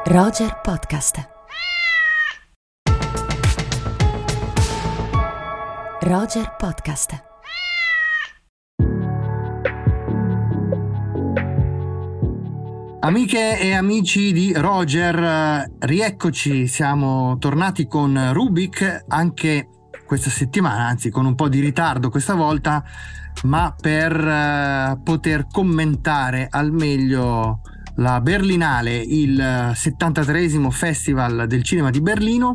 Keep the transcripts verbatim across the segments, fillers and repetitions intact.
Roger Podcast. Roger Podcast. Amiche e amici di Roger, rieccoci, siamo tornati con Rubik anche questa settimana, anzi con un po' di ritardo questa volta, ma per uh, poter commentare al meglio la Berlinale, il settantatreesimo Festival del Cinema di Berlino.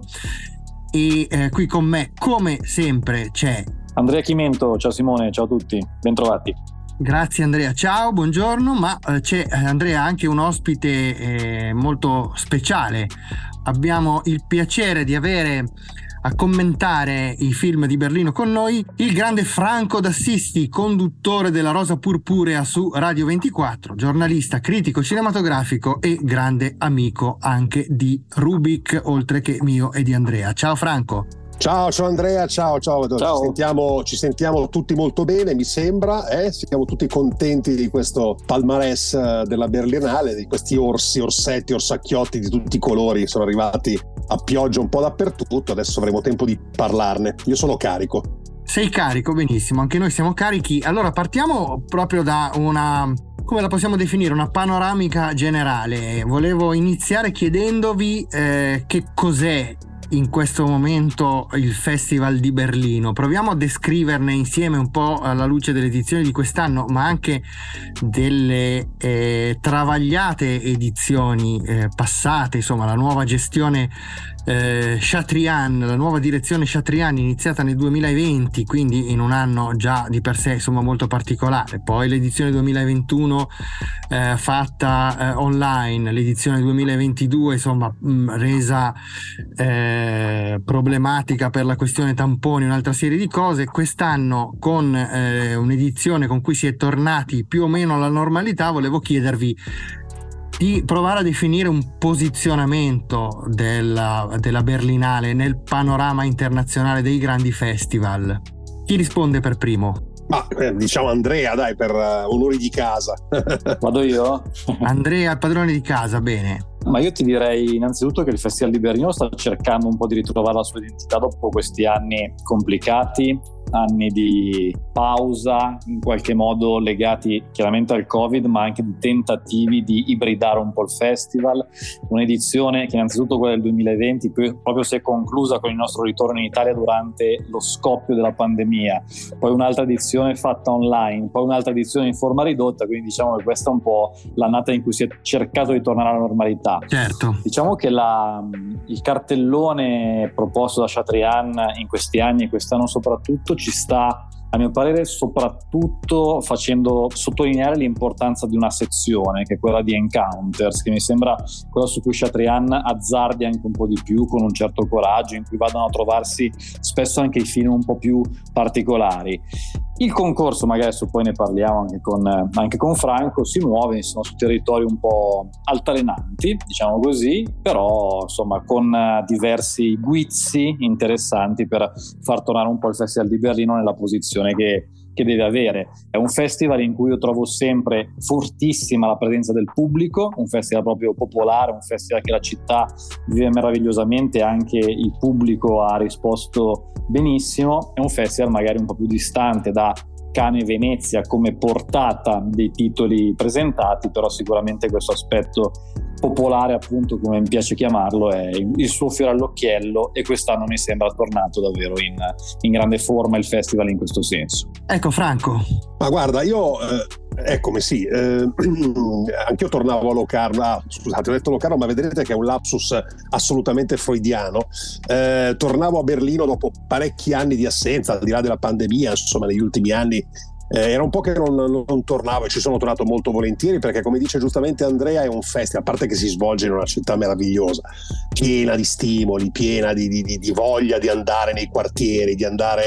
E eh, qui con me, come sempre, c'è Andrea Chimento. Ciao Simone, ciao a tutti, bentrovati. Grazie Andrea, ciao, buongiorno. Ma eh, c'è eh, Andrea anche un ospite eh, molto speciale. Abbiamo il piacere di avere a commentare i film di Berlino con noi il grande Franco D'Assisti, conduttore della Rosa Purpurea su Radio ventiquattro, giornalista, critico cinematografico e grande amico anche di Rubik, oltre che mio e di Andrea. Ciao Franco. Ciao, ciao Andrea, ciao, ciao. ciao. Ci sentiamo, ci sentiamo tutti molto bene, mi sembra, eh? Siamo tutti contenti di questo palmarès della Berlinale, di questi orsi, orsetti, orsacchiotti di tutti i colori, sono arrivati a pioggia un po' dappertutto, adesso avremo tempo di parlarne. Io sono carico. Sei carico, benissimo, anche noi siamo carichi. Allora partiamo proprio da una, come la possiamo definire, una panoramica generale. Volevo iniziare chiedendovi eh, che cos'è in questo momento il Festival di Berlino. Proviamo a descriverne insieme un po' alla luce delle edizioni di quest'anno, ma anche delle eh, travagliate edizioni eh, passate, insomma la nuova gestione eh, Chatrian, la nuova direzione Chatrian iniziata nel duemilaventi, quindi in un anno già di per sé insomma molto particolare. Poi l'edizione duemilaventuno eh, fatta eh, online, l'edizione duemilaventidue insomma mh, resa eh, problematica per la questione tamponi, un'altra serie di cose. Quest'anno con eh, un'edizione con cui si è tornati più o meno alla normalità, volevo chiedervi di provare a definire un posizionamento della, della Berlinale nel panorama internazionale dei grandi festival. Chi risponde per primo? Ma eh, diciamo Andrea, dai, per uh, onori di casa. Vado io? Andrea, il padrone di casa, bene. Ma io ti direi innanzitutto che il Festival di Berlino sta cercando un po' di ritrovare la sua identità dopo questi anni complicati, anni di pausa in qualche modo legati chiaramente al Covid, ma anche di tentativi di ibridare un po' il festival. Un'edizione che innanzitutto quella del duemilaventi proprio si è conclusa con il nostro ritorno in Italia durante lo scoppio della pandemia, poi un'altra edizione fatta online, poi un'altra edizione in forma ridotta, quindi diciamo che questa è un po' l'annata in cui si è cercato di tornare alla normalità. Certo. Diciamo che la, il cartellone proposto da Chatrian in questi anni e quest'anno soprattutto ci sta, a mio parere, soprattutto facendo sottolineare l'importanza di una sezione che è quella di Encounters, che mi sembra quella su cui Chatrian azzardi anche un po' di più, con un certo coraggio, in cui vadano a trovarsi spesso anche i film un po' più particolari. Il concorso, magari adesso poi ne parliamo anche con, anche con Franco, si muove insomma su territori un po' altalenanti, diciamo così, però insomma con diversi guizzi interessanti per far tornare un po' il Festival di Berlino nella posizione che, che deve avere. È un festival in cui io trovo sempre fortissima la presenza del pubblico, un festival proprio popolare, un festival che la città vive meravigliosamente, anche il pubblico ha risposto benissimo. È un festival magari un po' più distante da Cannes e Venezia come portata dei titoli presentati, però sicuramente questo aspetto popolare, appunto come mi piace chiamarlo, è il suo fiore all'occhiello, e quest'anche mi sembra tornato davvero in, in grande forma il festival in questo senso. Ecco Franco. Ma guarda, io eh, eccomi sì, eh, anch'io tornavo a Locarno, ah, scusate ho detto Locarno ma vedrete che è un lapsus assolutamente freudiano. Eh, tornavo a Berlino dopo parecchi anni di assenza, al di là della pandemia, insomma negli ultimi anni Eh, era un po' che non, non tornavo, e ci sono tornato molto volentieri, perché come dice giustamente Andrea è un festival, a parte che si svolge in una città meravigliosa, piena di stimoli, piena di, di, di voglia di andare nei quartieri, di andare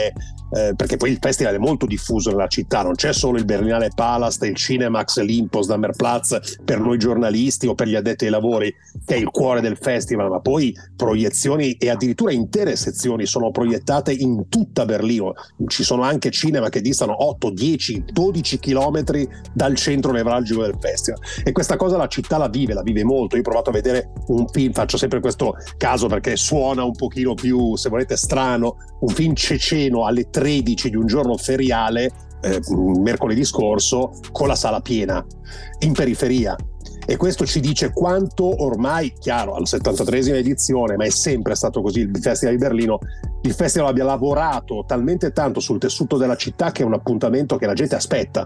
eh, perché poi il festival è molto diffuso nella città, non c'è solo il Berlinale Palast e il Cinemax lì in Potsdamer Platz per noi giornalisti o per gli addetti ai lavori, che è il cuore del festival, ma poi proiezioni e addirittura intere sezioni sono proiettate in tutta Berlino. Ci sono anche cinema che distano otto, dieci, dodici chilometri dal centro nevralgico del festival, e questa cosa la città la vive, la vive molto. Io ho provato a vedere un film, faccio sempre questo caso perché suona un pochino più, se volete, strano, un film ceceno alle tredici di un giorno feriale, eh, mercoledì scorso, con la sala piena in periferia. E questo ci dice quanto ormai, chiaro, alla settantatreesima edizione, ma è sempre stato così il Festival di Berlino, il festival abbia lavorato talmente tanto sul tessuto della città che è un appuntamento che la gente aspetta.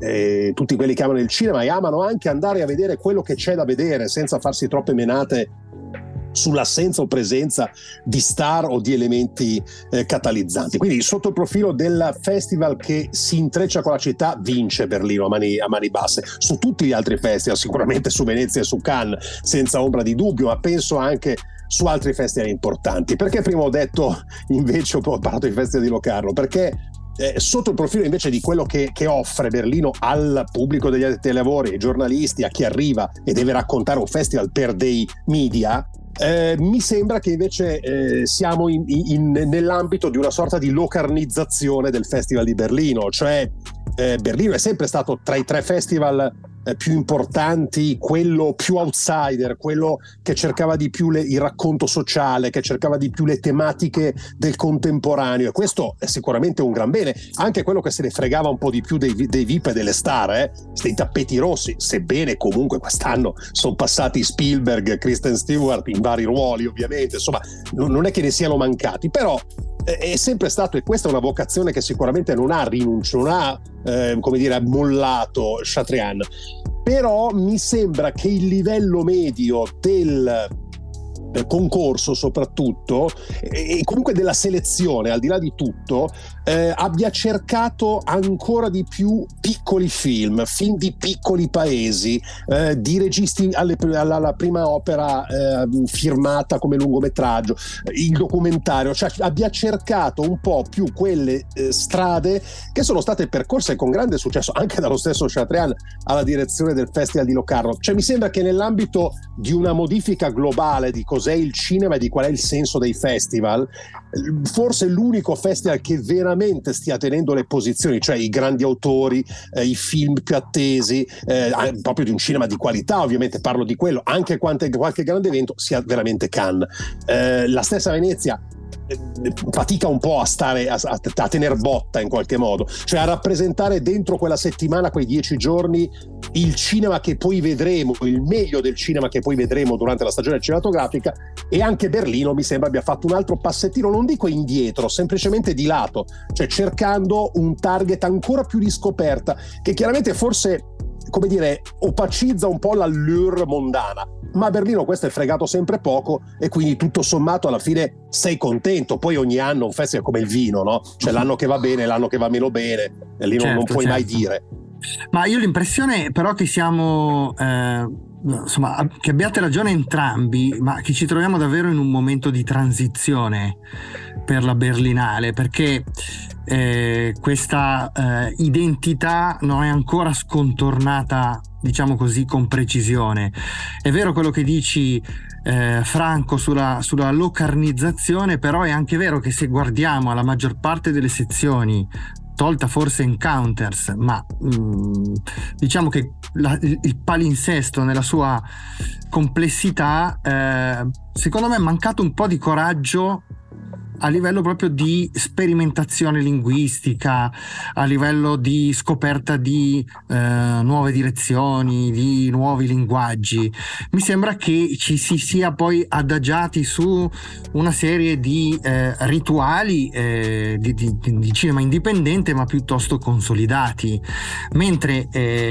E tutti quelli che amano il cinema e amano anche andare a vedere quello che c'è da vedere senza farsi troppe menate sull'assenza o presenza di star o di elementi eh, catalizzanti. Quindi sotto il profilo del festival che si intreccia con la città vince Berlino a mani, a mani basse. Su tutti gli altri festival, sicuramente su Venezia e su Cannes senza ombra di dubbio, ma penso anche su altri festival importanti. Perché prima ho detto, invece ho parlato di festival di Locarno? Perché Eh, sotto il profilo invece di quello che, che offre Berlino al pubblico degli addetti ai lavori, ai giornalisti, a chi arriva e deve raccontare un festival per dei media, eh, mi sembra che invece eh, siamo in, in, nell'ambito di una sorta di locarnizzazione del Festival di Berlino. Cioè eh, Berlino è sempre stato tra i tre festival eh, più importanti, quello più outsider, quello che cercava di più le, il racconto sociale, che cercava di più le tematiche del contemporaneo, e questo è sicuramente un gran bene. Anche quello che se ne fregava un po' di più dei, dei V I P e delle star, eh, dei tappeti rossi, sebbene comunque quest'anno sono passati Spielberg, Kristen Stewart in vari ruoli, ovviamente, insomma non, non è che ne siano mancati, però è sempre stato, e questa è una vocazione che sicuramente non ha rinunciato, non ha eh, come dire mollato Chatrian, però mi sembra che il livello medio del concorso soprattutto e comunque della selezione, al di là di tutto, eh, abbia cercato ancora di più piccoli film, film di piccoli paesi, eh, di registi alle, alla, alla prima opera eh, firmata come lungometraggio, il documentario, cioè abbia cercato un po' più quelle eh, strade che sono state percorse con grande successo anche dallo stesso Chatrian alla direzione del Festival di Locarno. Cioè mi sembra che nell'ambito di una modifica globale di cos'è il cinema e di qual è il senso dei festival, forse l'unico festival che veramente stia tenendo le posizioni, cioè i grandi autori, eh, i film più attesi, eh, proprio di un cinema di qualità, ovviamente parlo di quello, anche quante, qualche grande evento, sia veramente Cannes. Eh, la stessa Venezia fatica un po' a stare a, a, a tener botta in qualche modo, cioè a rappresentare dentro quella settimana, quei dieci giorni, il cinema che poi vedremo, il meglio del cinema che poi vedremo durante la stagione cinematografica. E anche Berlino mi sembra abbia fatto un altro passettino, non dico indietro, semplicemente di lato, cioè cercando un target ancora più di scoperta, che chiaramente forse, come dire, opacizza un po' l'allure mondana, ma a Berlino questo è fregato sempre poco, e quindi tutto sommato alla fine sei contento. Poi ogni anno un festival è come il vino, no? C'è l'anno che va bene, l'anno che va meno bene, e lì certo, non, non puoi certo. mai dire. Ma io ho l'impressione però che siamo eh, insomma, che abbiate ragione entrambi, ma che ci troviamo davvero in un momento di transizione per la Berlinale, perché eh, questa eh, identità non è ancora scontornata, diciamo così, con precisione. È vero quello che dici, eh, Franco, sulla, sulla locarnizzazione, però è anche vero che se guardiamo alla maggior parte delle sezioni, tolta forse Encounters, ma mh, diciamo che la, il, il palinsesto nella sua complessità, eh, secondo me è mancato un po' di coraggio a livello proprio di sperimentazione linguistica, a livello di scoperta di eh, nuove direzioni, di nuovi linguaggi. Mi sembra che ci si sia poi adagiati su una serie di eh, rituali eh, di, di, di cinema indipendente, ma piuttosto consolidati, mentre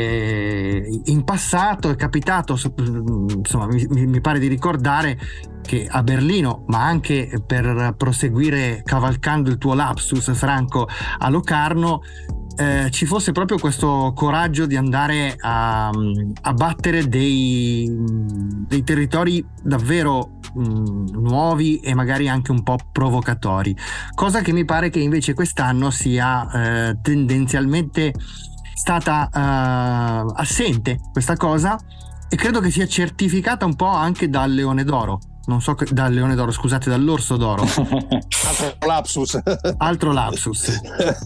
eh, in passato è capitato, insomma, mi, mi pare di ricordare che a Berlino, ma anche, per proseguire cavalcando il tuo lapsus, Franco, a Locarno, eh, ci fosse proprio questo coraggio di andare a, a battere dei, dei territori davvero mh, nuovi e magari anche un po' provocatori, cosa che mi pare che invece quest'anno sia eh, tendenzialmente stata uh, assente questa cosa, e credo che sia certificata un po' anche dal Leone d'Oro. Non so, che, dal Leone d'Oro, scusate, dall'Orso d'Oro. Altro lapsus. Altro lapsus.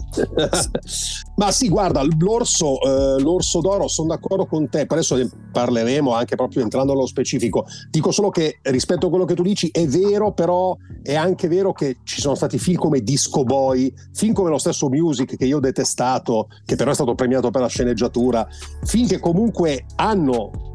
Ma sì, guarda, l'orso, eh, l'orso d'oro, sono d'accordo con te, per adesso ne parleremo anche proprio entrando nello specifico. Dico solo che rispetto a quello che tu dici è vero, però è anche vero che ci sono stati film come Disco Boy, film come lo stesso Music, che io ho detestato, che però è stato premiato per la sceneggiatura, film che comunque hanno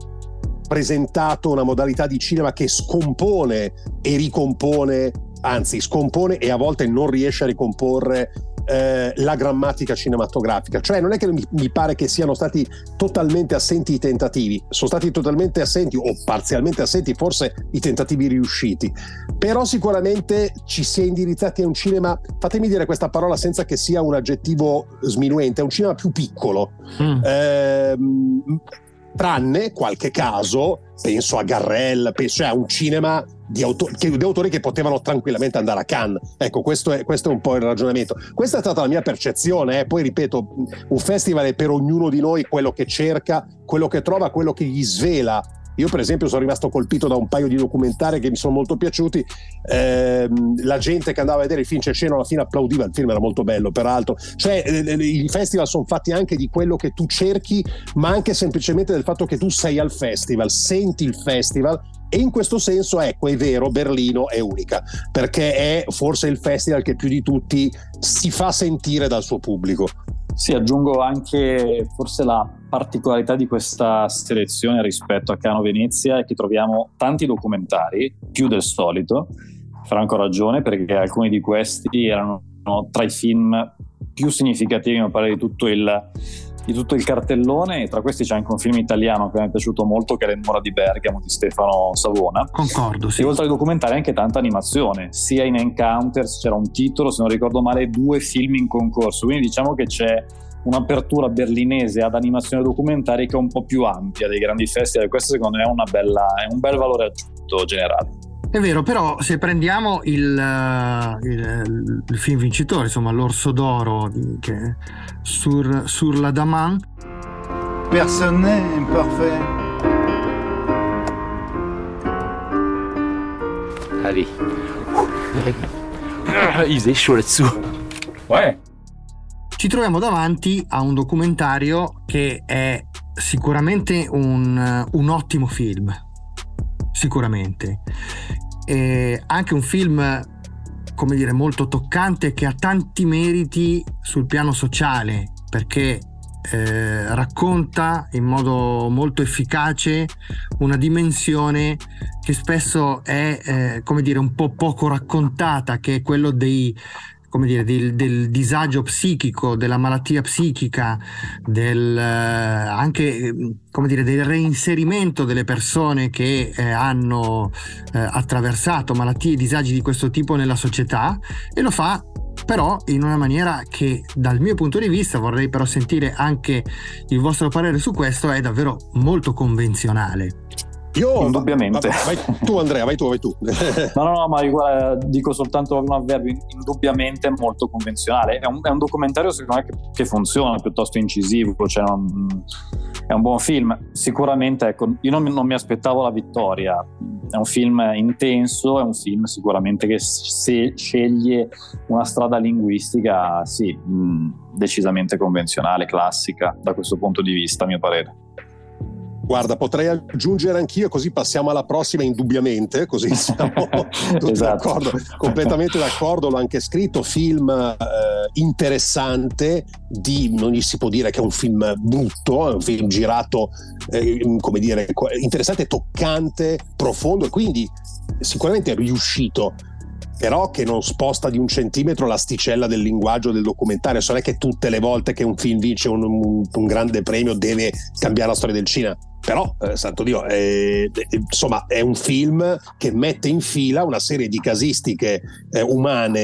presentato una modalità di cinema che scompone e ricompone, anzi scompone e a volte non riesce a ricomporre eh, la grammatica cinematografica. Cioè non è che mi, mi pare che siano stati totalmente assenti i tentativi, sono stati totalmente assenti o parzialmente assenti forse i tentativi riusciti, però sicuramente ci si è indirizzati a un cinema, fatemi dire questa parola senza che sia un aggettivo sminuente, è un cinema più piccolo. mm. ehm, tranne qualche caso, penso a Garrel, penso a un cinema di, auto- che, di autori che potevano tranquillamente andare a Cannes. Ecco, questo è, questo è un po' il ragionamento. Questa è stata la mia percezione, eh. Poi ripeto, un festival è per ognuno di noi quello che cerca, quello che trova, quello che gli svela. Io per esempio sono rimasto colpito da un paio di documentari che mi sono molto piaciuti. Eh, la gente che andava a vedere il film Ceceno alla fine applaudiva, il film era molto bello peraltro. Cioè eh, i festival sono fatti anche di quello che tu cerchi, ma anche semplicemente del fatto che tu sei al festival, senti il festival. E in questo senso, ecco, è vero, Berlino è unica, perché è forse il festival che più di tutti si fa sentire dal suo pubblico. Sì, aggiungo anche forse la particolarità di questa selezione rispetto a Cannes Venezia è che troviamo tanti documentari, più del solito. Franco ha ragione, perché alcuni di questi erano tra i film più significativi, mi pare, di tutto il di tutto il cartellone, e tra questi c'è anche un film italiano che mi è piaciuto molto, che è Le mura di Bergamo di Stefano Savona. Concordo, sì. E oltre ai documentari anche tanta animazione, sia in Encounters c'era un titolo, se non ricordo male, due film in concorso, quindi diciamo che c'è un'apertura berlinese ad animazione documentari che è un po' più ampia dei grandi festival, e questo secondo me è una bella, è un bel valore aggiunto generale. È vero, però se prendiamo il, il, il film vincitore, insomma l'Orso d'Oro di, che sur, sur la Daman, personne n'est parfait. Allez. Il faisait chaud là-dessous. Ouais. Ci troviamo davanti a un documentario che è sicuramente un, un ottimo film, sicuramente. E anche un film, come dire, molto toccante, che ha tanti meriti sul piano sociale, perché eh, racconta in modo molto efficace una dimensione che spesso è eh, come dire un po' poco raccontata, che è quello dei come dire, del, del disagio psichico, della malattia psichica, del, eh, anche come dire, del reinserimento delle persone che eh, hanno eh, attraversato malattie e disagi di questo tipo nella società, e lo fa però in una maniera che dal mio punto di vista, vorrei però sentire anche il vostro parere su questo, è davvero molto convenzionale. Io indubbiamente vai, vai tu Andrea, vai tu, vai tu. no no no ma io guarda, dico soltanto un avverbio: indubbiamente molto convenzionale. È un, è un documentario secondo me che, che funziona, piuttosto incisivo, cioè non, è un buon film sicuramente. Ecco, io non, non mi aspettavo la vittoria. È un film intenso, è un film sicuramente che se sceglie una strada linguistica sì, mh, decisamente convenzionale, classica da questo punto di vista, a mio parere. Guarda, potrei aggiungere anch'io, così passiamo alla prossima indubbiamente, così siamo tutti esatto. d'accordo, completamente d'accordo. L'ho anche scritto, film eh, interessante, di, non gli si può dire che è un film brutto, è un film girato eh, come dire, interessante, toccante, profondo, e quindi sicuramente è riuscito, però che non sposta di un centimetro l'asticella del linguaggio del documentario. Non è che tutte le volte che un film vince un, un, un grande premio deve cambiare la storia del cinema, però eh, santo Dio, eh, insomma è un film che mette in fila una serie di casistiche eh, umane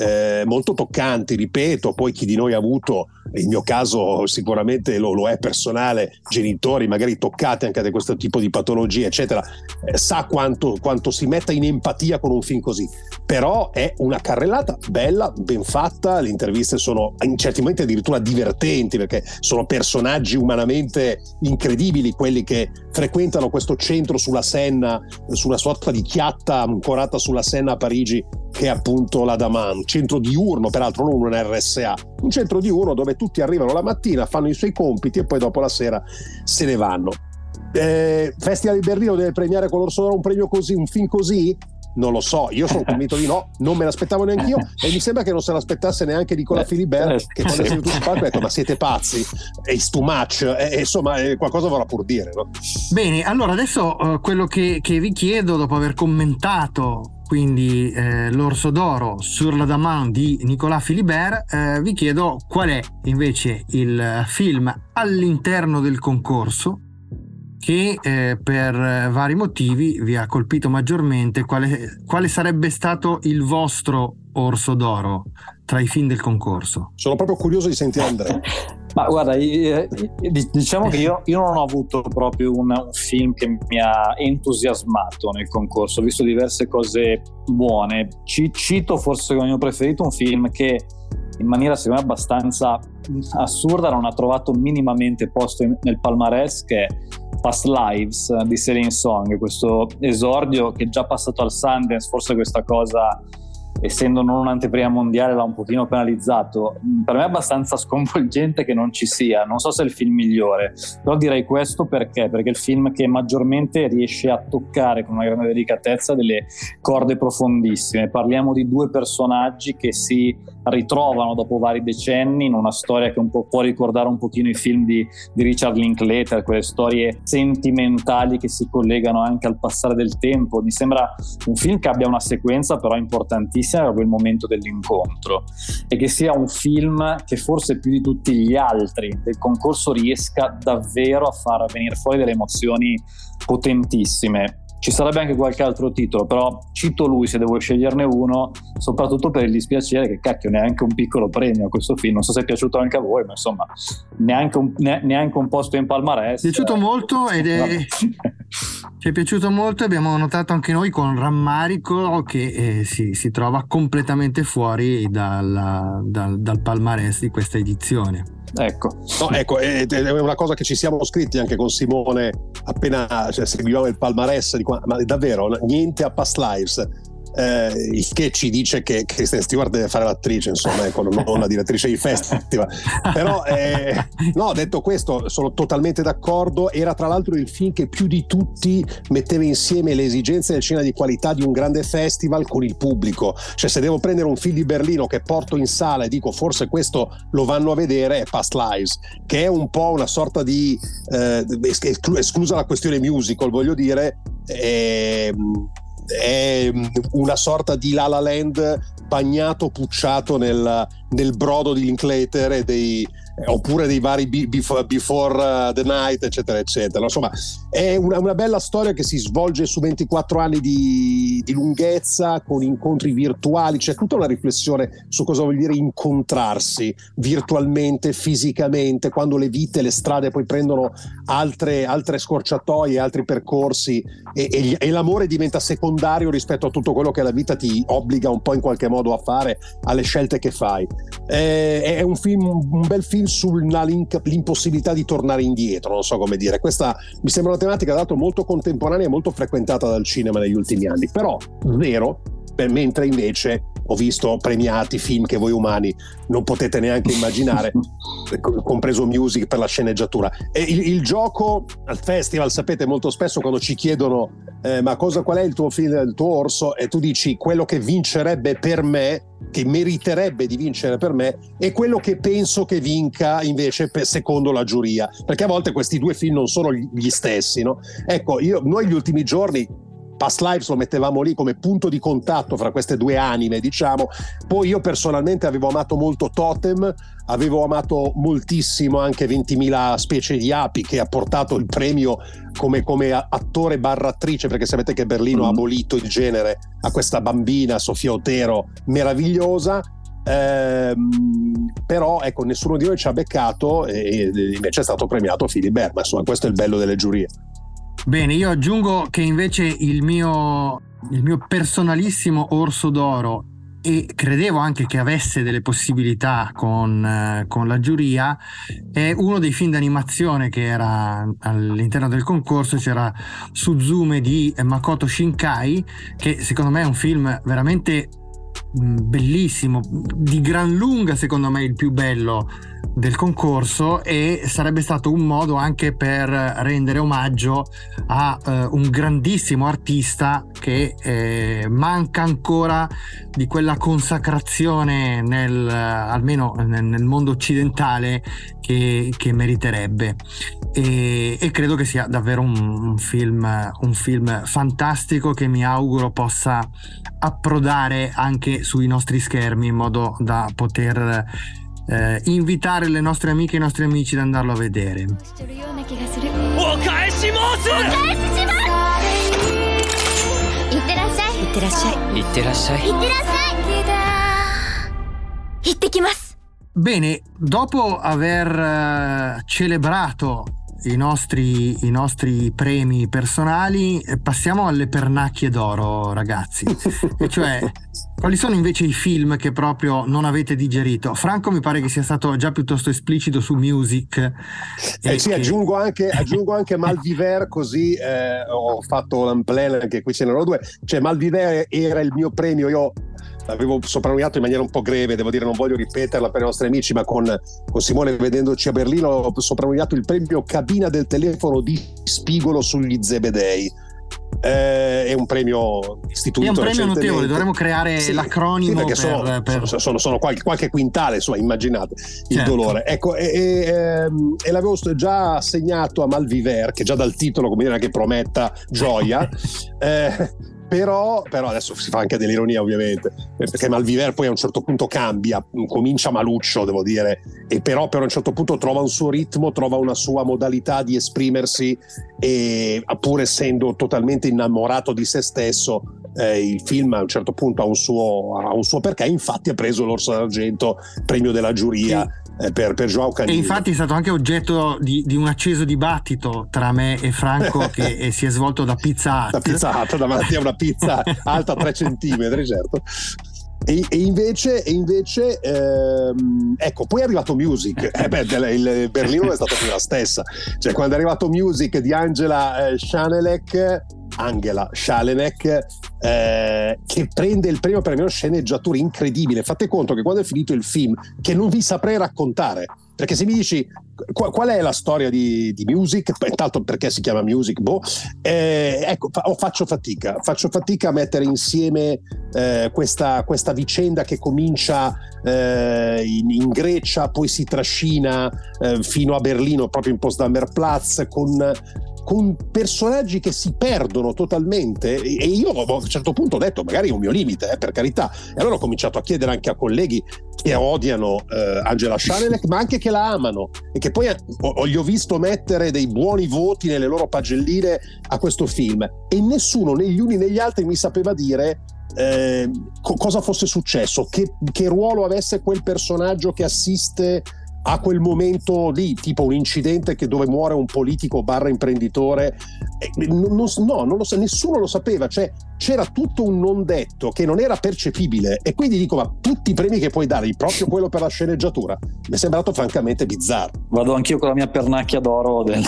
eh, molto toccanti, ripeto. Poi chi di noi ha avuto, il mio caso sicuramente lo, lo è personale, genitori magari toccati anche da questo tipo di patologie eccetera, eh, sa quanto, quanto si metta in empatia con un film così. Però è una carrellata bella, ben fatta, le interviste sono in certi momenti addirittura divertenti, perché sono personaggi umanamente incredibili quelli che frequentano questo centro sulla Senna, su una sorta di chiatta ancorata sulla Senna a Parigi, che è appunto la Daman, centro diurno, peraltro non un R S A, un centro diurno dove tutti arrivano la mattina, fanno i suoi compiti e poi dopo la sera se ne vanno. Eh, Festival di Berlino deve premiare con l'Orso d'Oro un premio così, un film così? Non lo so, io sono convinto di no, non me l'aspettavo neanche io, e mi sembra che non se l'aspettasse neanche Nicolas Philibert, che quando è seduto sul palco ha detto: ma siete pazzi, it's too much, e, insomma eh, qualcosa vorrà pur dire, no? Bene, allora adesso uh, quello che, che vi chiedo, dopo aver commentato quindi eh, l'Orso d'Oro Sur la Daman di Nicolas Philibert, eh, vi chiedo qual è invece il film all'interno del concorso che eh, per vari motivi vi ha colpito maggiormente. Quale, quale sarebbe stato il vostro Orso d'Oro tra i film del concorso? Sono proprio curioso di sentire Andrea. Ma guarda, diciamo che io, io non ho avuto proprio un, un film che mi ha entusiasmato nel concorso, ho visto diverse cose buone. Ci, cito forse come mio preferito un film che in maniera secondo me abbastanza assurda non ha trovato minimamente posto in, nel palmarès, che è Past Lives di Celine Song, questo esordio che è già passato al Sundance. Forse questa cosa, essendo non un'anteprima mondiale, l'ha un pochino penalizzato. Per me è abbastanza sconvolgente che non ci sia, non so se è il film migliore, però direi questo perché perché è il film che maggiormente riesce a toccare con una grande delicatezza delle corde profondissime. Parliamo di due personaggi che si ritrovano dopo vari decenni in una storia che un po' può ricordare un pochino i film di, di Richard Linklater, quelle storie sentimentali che si collegano anche al passare del tempo. Mi sembra un film che abbia una sequenza però importantissima proprio il momento dell'incontro, e che sia un film che forse più di tutti gli altri del concorso riesca davvero a far venire fuori delle emozioni potentissime. Ci sarebbe anche qualche altro titolo, però cito lui se devo sceglierne uno, soprattutto per il dispiacere che cacchio neanche un piccolo premio a questo film. Non so se è piaciuto anche a voi, ma insomma neanche un, neanche un posto in palmarès. Mi è piaciuto molto ed è ci è piaciuto molto, abbiamo notato anche noi con rammarico che eh, si, si trova completamente fuori dal, dal, dal palmarès di questa edizione. Ecco, no, ecco, è, è una cosa che ci siamo scritti anche con Simone appena, cioè, seguivamo il palmarès di qua, ma davvero niente a Past Lives, eh, il che ci dice che Kristen Stewart deve fare l'attrice, insomma, ecco, non la direttrice di festival. Però eh, no, detto questo, sono totalmente d'accordo. Era tra l'altro il film che più di tutti metteva insieme le esigenze del cinema di qualità di un grande festival con il pubblico. Cioè, se devo prendere un film di Berlino che porto in sala e dico forse questo lo vanno a vedere, è Past Lives, che è un po' una sorta di eh, esclusa la questione musical, voglio dire, eh, è una sorta di La La Land bagnato, pucciato nel, nel brodo di Linklater e dei, oppure dei vari Before, before the Night eccetera eccetera. Insomma è una, una bella storia che si svolge su ventiquattro anni di, di lunghezza, con incontri virtuali. C'è tutta una riflessione su cosa vuol dire incontrarsi virtualmente, fisicamente, quando le vite, le strade poi prendono altre, altre scorciatoie, altri percorsi, e, e, e l'amore diventa secondario rispetto a tutto quello che la vita ti obbliga un po' in qualche modo a fare, alle scelte che fai. È, è un film, un bel film sull'impossibilità di tornare indietro, non so come dire. Questa mi sembra una tematica, tra l'altro, molto contemporanea e molto frequentata dal cinema negli ultimi anni, però vero, mentre invece ho visto premiati film che voi umani non potete neanche immaginare, compreso Music per la sceneggiatura. E il, il gioco al festival, sapete, molto spesso quando ci chiedono eh, ma cosa, qual è il tuo film, il tuo orso, e tu dici quello che vincerebbe per me, che meriterebbe di vincere per me, e quello che penso che vinca invece per, secondo la giuria, perché a volte questi due film non sono gli stessi, no? Ecco, io, noi gli ultimi giorni Past Lives lo mettevamo lì come punto di contatto fra queste due anime, diciamo. Poi io personalmente avevo amato molto Totem, avevo amato moltissimo anche ventimila specie di api, che ha portato il premio come, come attore barra attrice, perché sapete che Berlino mm. ha abolito il genere, a questa bambina Sofia Otero meravigliosa. Ehm, però ecco, nessuno di noi ci ha beccato e invece è stato premiato Philip Berman. Insomma, questo è il bello delle giurie. Bene, io aggiungo che invece il mio, il mio personalissimo Orso d'Oro, e credevo anche che avesse delle possibilità con, eh, con la giuria, è uno dei film d'animazione che era all'interno del concorso. C'era Suzume di Makoto Shinkai, che secondo me è un film veramente bellissimo, di gran lunga secondo me il più bello del concorso, e sarebbe stato un modo anche per rendere omaggio a eh, un grandissimo artista che eh, manca ancora di quella consacrazione nel, almeno nel, nel mondo occidentale che, che meriterebbe, e, e credo che sia davvero un, un film un film fantastico, che mi auguro possa approdare anche sui nostri schermi, in modo da poter eh, invitare le nostre amiche e i nostri amici ad andarlo a vedere. Bene, dopo aver celebrato i nostri, i nostri premi personali, passiamo alle pernacchie d'oro, ragazzi. E cioè, quali sono invece i film che proprio non avete digerito? Franco mi pare che sia stato già piuttosto esplicito su Music. Eh sì, che... aggiungo anche, aggiungo anche Malviver, così eh, ho fatto l'unplan, anche qui ce n'erano due. Cioè Malviver era il mio premio, io l'avevo soprannominato in maniera un po' greve, devo dire, non voglio ripeterla per i nostri amici, ma con, con Simone, vedendoci a Berlino, ho soprannominato il premio cabina del telefono di Spigolo sugli Zebedei. Eh, è un premio istituito, è un premio notevole, dovremmo creare sì, l'acronimo, sì, perché per, sono, per... sono, sono, sono qualche, qualche quintale, insomma, immaginate il certo. dolore, ecco, e, e, e l'avevo già assegnato a Malviver, che già dal titolo, come dire, che prometta gioia. eh, Però, però adesso si fa anche dell'ironia, ovviamente, perché Malviver poi a un certo punto cambia, comincia maluccio, devo dire, e però per un certo punto trova un suo ritmo, trova una sua modalità di esprimersi, e pur essendo totalmente innamorato di se stesso, eh, il film a un certo punto ha un suo, ha un suo perché. Infatti ha preso l'Orso d'Argento, premio della giuria, sì. eh, per, per João Canini. E infatti è stato anche oggetto di, di un acceso dibattito tra me e Franco che e si è svolto da Pizza Hut. Da Pizza Hut, davanti a una pizza alta tre centimetri, certo. E, e invece, e invece ehm, ecco, poi è arrivato Music. Eh beh, il Berlino non è stata più la stessa. Cioè, quando è arrivato Music di Angela eh, Schanelek, Angela Schanelek, eh, che prende il premio per la mia sceneggiatura, incredibile. Fate conto che quando è finito il film, che non vi saprei raccontare, perché se mi dici qual, qual è la storia di, di Music, intanto perché si chiama Music, boh, eh, ecco, fa, oh, faccio fatica faccio fatica a mettere insieme eh, questa, questa vicenda che comincia eh, in, in Grecia, poi si trascina eh, fino a Berlino, proprio in Potsdamer Platz, con con personaggi che si perdono totalmente, e io a un certo punto ho detto magari è un mio limite, eh, per carità, e allora ho cominciato a chiedere anche a colleghi che odiano eh, Angela Schanelek ma anche che la amano, e che poi ho, gli ho visto mettere dei buoni voti nelle loro pagelline a questo film, e nessuno, né gli uni né gli altri, mi sapeva dire eh, co- cosa fosse successo, che, che ruolo avesse quel personaggio che assiste a quel momento lì, tipo un incidente che dove muore un politico barra imprenditore, non, non, no, non lo sa, nessuno lo sapeva, cioè c'era tutto un non detto che non era percepibile, e quindi dico, ma tutti i premi che puoi dare, proprio quello per la sceneggiatura, mi è sembrato francamente bizzarro. Vado anch'io con la mia pernacchia d'oro del...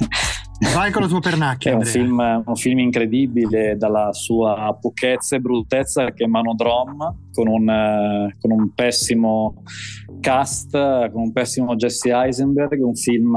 Vai con la tua pernacchia. È un film, un film incredibile dalla sua pochezza e bruttezza, che è Manodrome, con un, con un pessimo cast, con un pessimo Jesse Eisenberg. Un film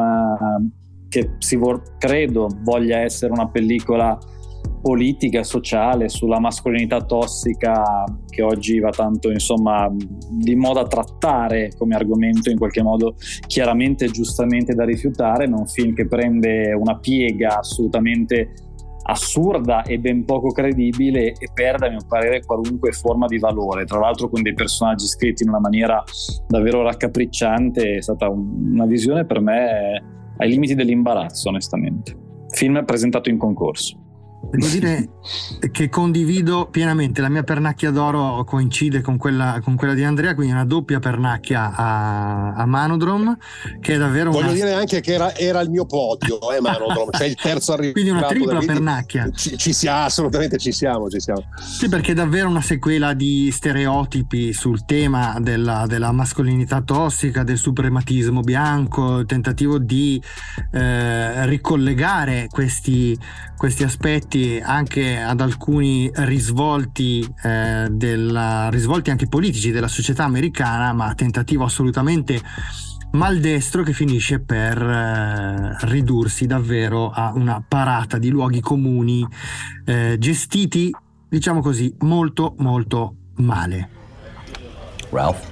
che si vo- credo voglia essere una pellicola politica e sociale sulla mascolinità tossica, che oggi va tanto, insomma, di moda trattare come argomento, in qualche modo chiaramente e giustamente da rifiutare, ma è un film che prende una piega assolutamente assurda e ben poco credibile e perde a mio parere qualunque forma di valore, tra l'altro con dei personaggi scritti in una maniera davvero raccapricciante. È stata un, una visione per me ai limiti dell'imbarazzo, onestamente. Film presentato in concorso. Devo dire che condivido pienamente, la mia pernacchia d'oro coincide con quella, con quella di Andrea, quindi una doppia pernacchia a, a Manodrome, che è davvero voglio una... dire anche che era, era il mio podio, eh, Manodrome, cioè il terzo arrivato, quindi una tripla quindi pernacchia. Ci, ci siamo, assolutamente ci siamo, ci siamo. Sì, perché è davvero una sequela di stereotipi sul tema della, della mascolinità tossica, del suprematismo bianco, il tentativo di eh, ricollegare questi, questi aspetti anche ad alcuni risvolti eh, della, risvolti anche politici della società americana, ma tentativo assolutamente maldestro che finisce per eh, ridursi davvero a una parata di luoghi comuni eh, gestiti, diciamo così, molto molto male. Ralph,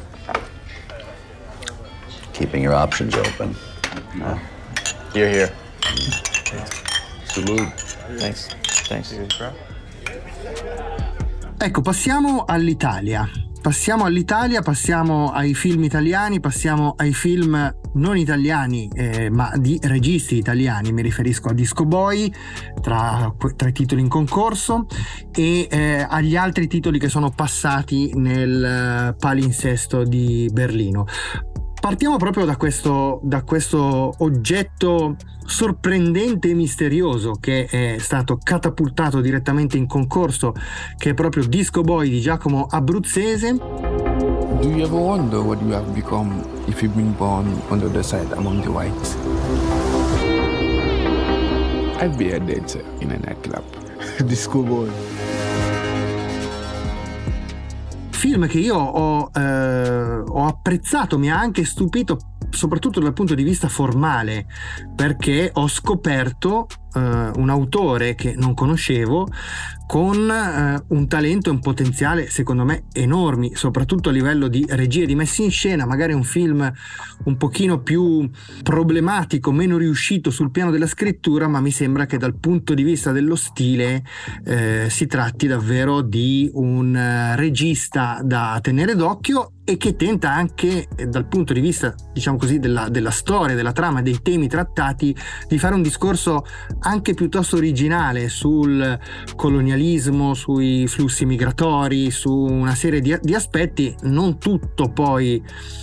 keeping your options open. Uh, You're here. Salute. Thanks. Thanks. Ecco, passiamo all'Italia. Passiamo all'Italia, passiamo ai film italiani, passiamo ai film non italiani, eh, ma di registi italiani. Mi riferisco a Disco Boy, tra, tra i titoli in concorso, e eh, agli altri titoli che sono passati nel palinsesto di Berlino. Partiamo proprio da questo, da questo oggetto sorprendente e misterioso che è stato catapultato direttamente in concorso, che è proprio Disco Boy di Giacomo Abruzzese. Do you ever wonder what you have become if you've been born on the other side among the whites? I'd be a dancer in a nightclub. Disco Boy. Film che io ho, eh, ho apprezzato, mi ha anche stupito soprattutto dal punto di vista formale, perché ho scoperto eh, un autore che non conoscevo con eh, un talento e un potenziale secondo me enormi, soprattutto a livello di regia e di messa in scena. Magari un film un pochino più problematico, meno riuscito sul piano della scrittura, ma mi sembra che dal punto di vista dello stile eh, si tratti davvero di un uh, regista da tenere d'occhio, e che tenta anche eh, dal punto di vista, diciamo così, della, della storia, della trama, dei temi trattati, di fare un discorso anche piuttosto originale sul colonialismo, sui flussi migratori, su una serie di, di aspetti. Non tutto poi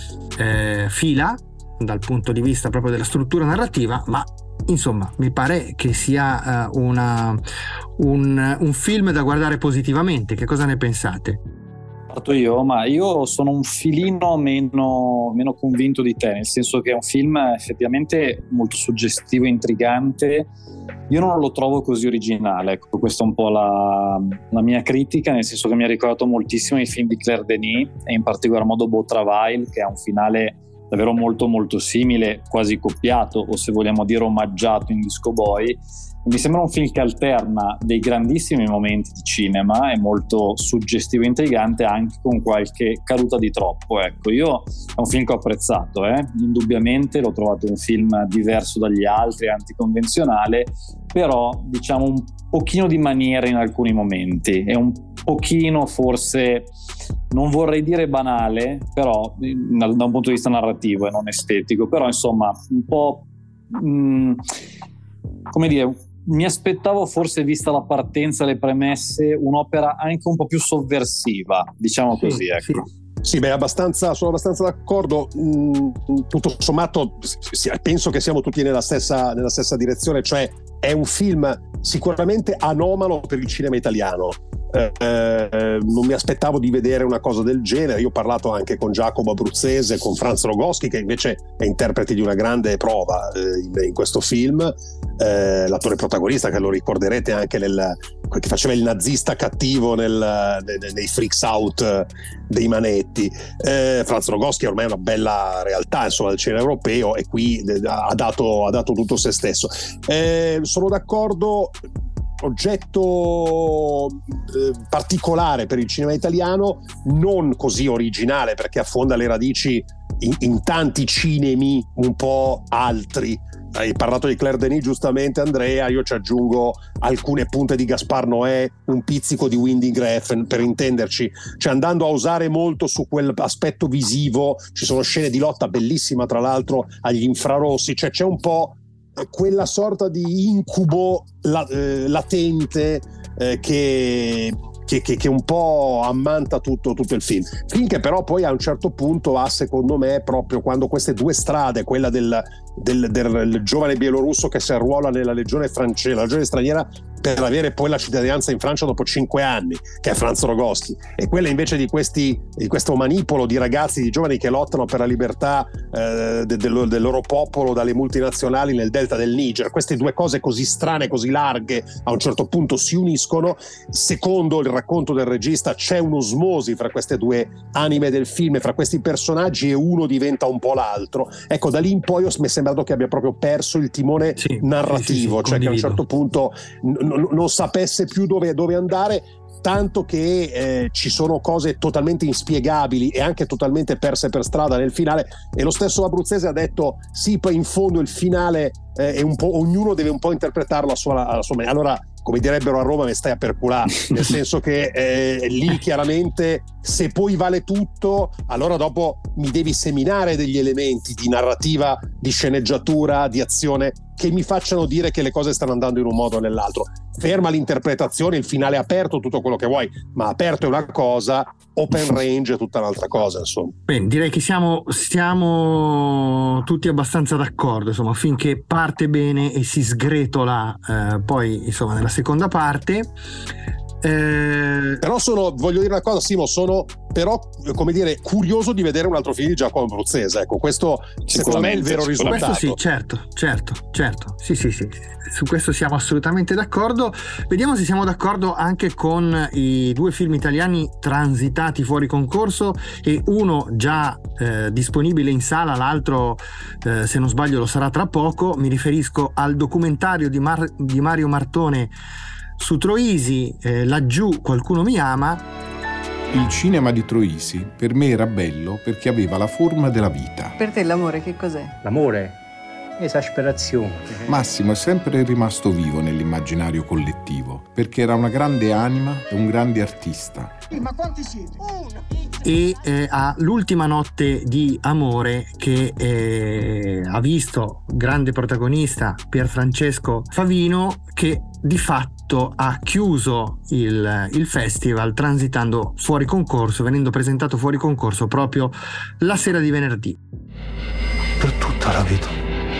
eh, fila dal punto di vista proprio della struttura narrativa, ma insomma mi pare che sia uh, una, un, un film da guardare positivamente. Che cosa ne pensate? Parto io, ma io sono un filino meno, meno convinto di te, nel senso che è un film effettivamente molto suggestivo e intrigante. Io non lo trovo così originale, ecco, questa è un po' la, la mia critica, nel senso che mi ha ricordato moltissimo i film di Claire Denis, e in particolar modo Beau Travail, che ha un finale davvero molto molto simile, quasi copiato, o se vogliamo dire omaggiato, in Disco Boy. Mi sembra un film che alterna dei grandissimi momenti di cinema, è molto suggestivo e intrigante, anche con qualche caduta di troppo. Ecco, io è un film che ho apprezzato, eh? indubbiamente l'ho trovato un film diverso dagli altri, anticonvenzionale, però diciamo un pochino di maniera in alcuni momenti, è un pochino forse, non vorrei dire banale, però da un punto di vista narrativo e non estetico, però insomma un po' mh, come dire, mi aspettavo, forse vista la partenza, le premesse, un'opera anche un po' più sovversiva, diciamo sì, così, ecco. Sì. Sì, beh, abbastanza, sono abbastanza d'accordo. Mm, tutto sommato penso che siamo tutti nella stessa, nella stessa direzione, cioè è un film sicuramente anomalo per il cinema italiano. Eh, eh, non mi aspettavo di vedere una cosa del genere. Io ho parlato anche con Giacomo Abruzzese, con Franz Rogowski, che invece è interprete di una grande prova eh, in, in questo film, eh, l'attore protagonista, che lo ricorderete anche nel, che faceva il nazista cattivo nel, nei, nei Freaks Out dei Manetti. eh, Franz Rogowski ormai è una bella realtà, insomma, del cinema europeo, e qui ha dato, ha dato tutto se stesso. Eh, sono d'accordo, oggetto eh, particolare per il cinema italiano, non così originale, perché affonda le radici in, in tanti cinemi un po' altri hai parlato di Claire Denis giustamente, Andrea, io ci aggiungo alcune punte di Gaspar Noé, un pizzico di Winding Refn, per intenderci, cioè andando a usare molto su quell'aspetto visivo. Ci sono scene di lotta bellissima, tra l'altro agli infrarossi, cioè c'è un po' quella sorta di incubo la, eh, latente eh, che Che, che, che un po' ammanta tutto, tutto il film, finché però poi a un certo punto ha, secondo me, proprio quando queste due strade, quella del, del, del giovane bielorusso che si arruola nella legione francese, la legione straniera, per avere poi la cittadinanza in Francia dopo cinque anni, che è Franz Rogowski, e quella invece di questi di questo manipolo di ragazzi, di giovani che lottano per la libertà eh, de, del, del loro popolo dalle multinazionali nel delta del Niger. Queste due cose così strane, così larghe, a un certo punto si uniscono. Secondo il racconto del regista c'è un'osmosi fra queste due anime del film, fra questi personaggi, e uno diventa un po' l'altro. Ecco, da lì in poi mi è sembrato che abbia proprio perso il timone sì, narrativo, sì, sì, cioè condivido. Che a un certo punto n- n- non sapesse più dove, dove andare, tanto che eh, ci sono cose totalmente inspiegabili e anche totalmente perse per strada nel finale, e lo stesso Abruzzese ha detto sì, poi in fondo il finale eh, è un po', ognuno deve un po' interpretarlo a sua, a sua maniera. Allora, come direbbero a Roma, me stai a perculare, nel senso che eh, lì chiaramente se poi vale tutto, allora dopo mi devi seminare degli elementi di narrativa, di sceneggiatura, di azione che mi facciano dire che le cose stanno andando in un modo o nell'altro. Ferma l'interpretazione, il finale aperto, tutto quello che vuoi, ma aperto è una cosa, open range è tutta un'altra cosa, insomma. Bene, direi che siamo, siamo tutti abbastanza d'accordo, insomma, finché parte bene e si sgretola eh, poi, insomma, nella seconda parte. Eh... Però sono, voglio dire una cosa, Simo, sono però, come dire, curioso di vedere un altro film di Giacomo Abruzzese. Ecco, questo secondo me è il vero risultato. Questo sì, certo, certo, certo. Sì, sì, sì. Su questo siamo assolutamente d'accordo. Vediamo se siamo d'accordo anche con i due film italiani transitati fuori concorso, e uno già eh, disponibile in sala, l'altro eh, se non sbaglio lo sarà tra poco. Mi riferisco al documentario di, Mar- di Mario Martone su Troisi, eh, Laggiù qualcuno mi ama. Il cinema di Troisi per me era bello perché aveva la forma della vita. Per te l'amore che cos'è? L'amore? Esasperazione. Massimo è sempre rimasto vivo nell'immaginario collettivo perché era una grande anima e un grande artista. Ma quanti siete? Uno. E eh, ha L'ultima notte di amore, che eh, ha visto grande protagonista Pierfrancesco Favino, che di fatto ha chiuso il, il festival transitando fuori concorso, venendo presentato fuori concorso proprio la sera di venerdì. Per tutta la vita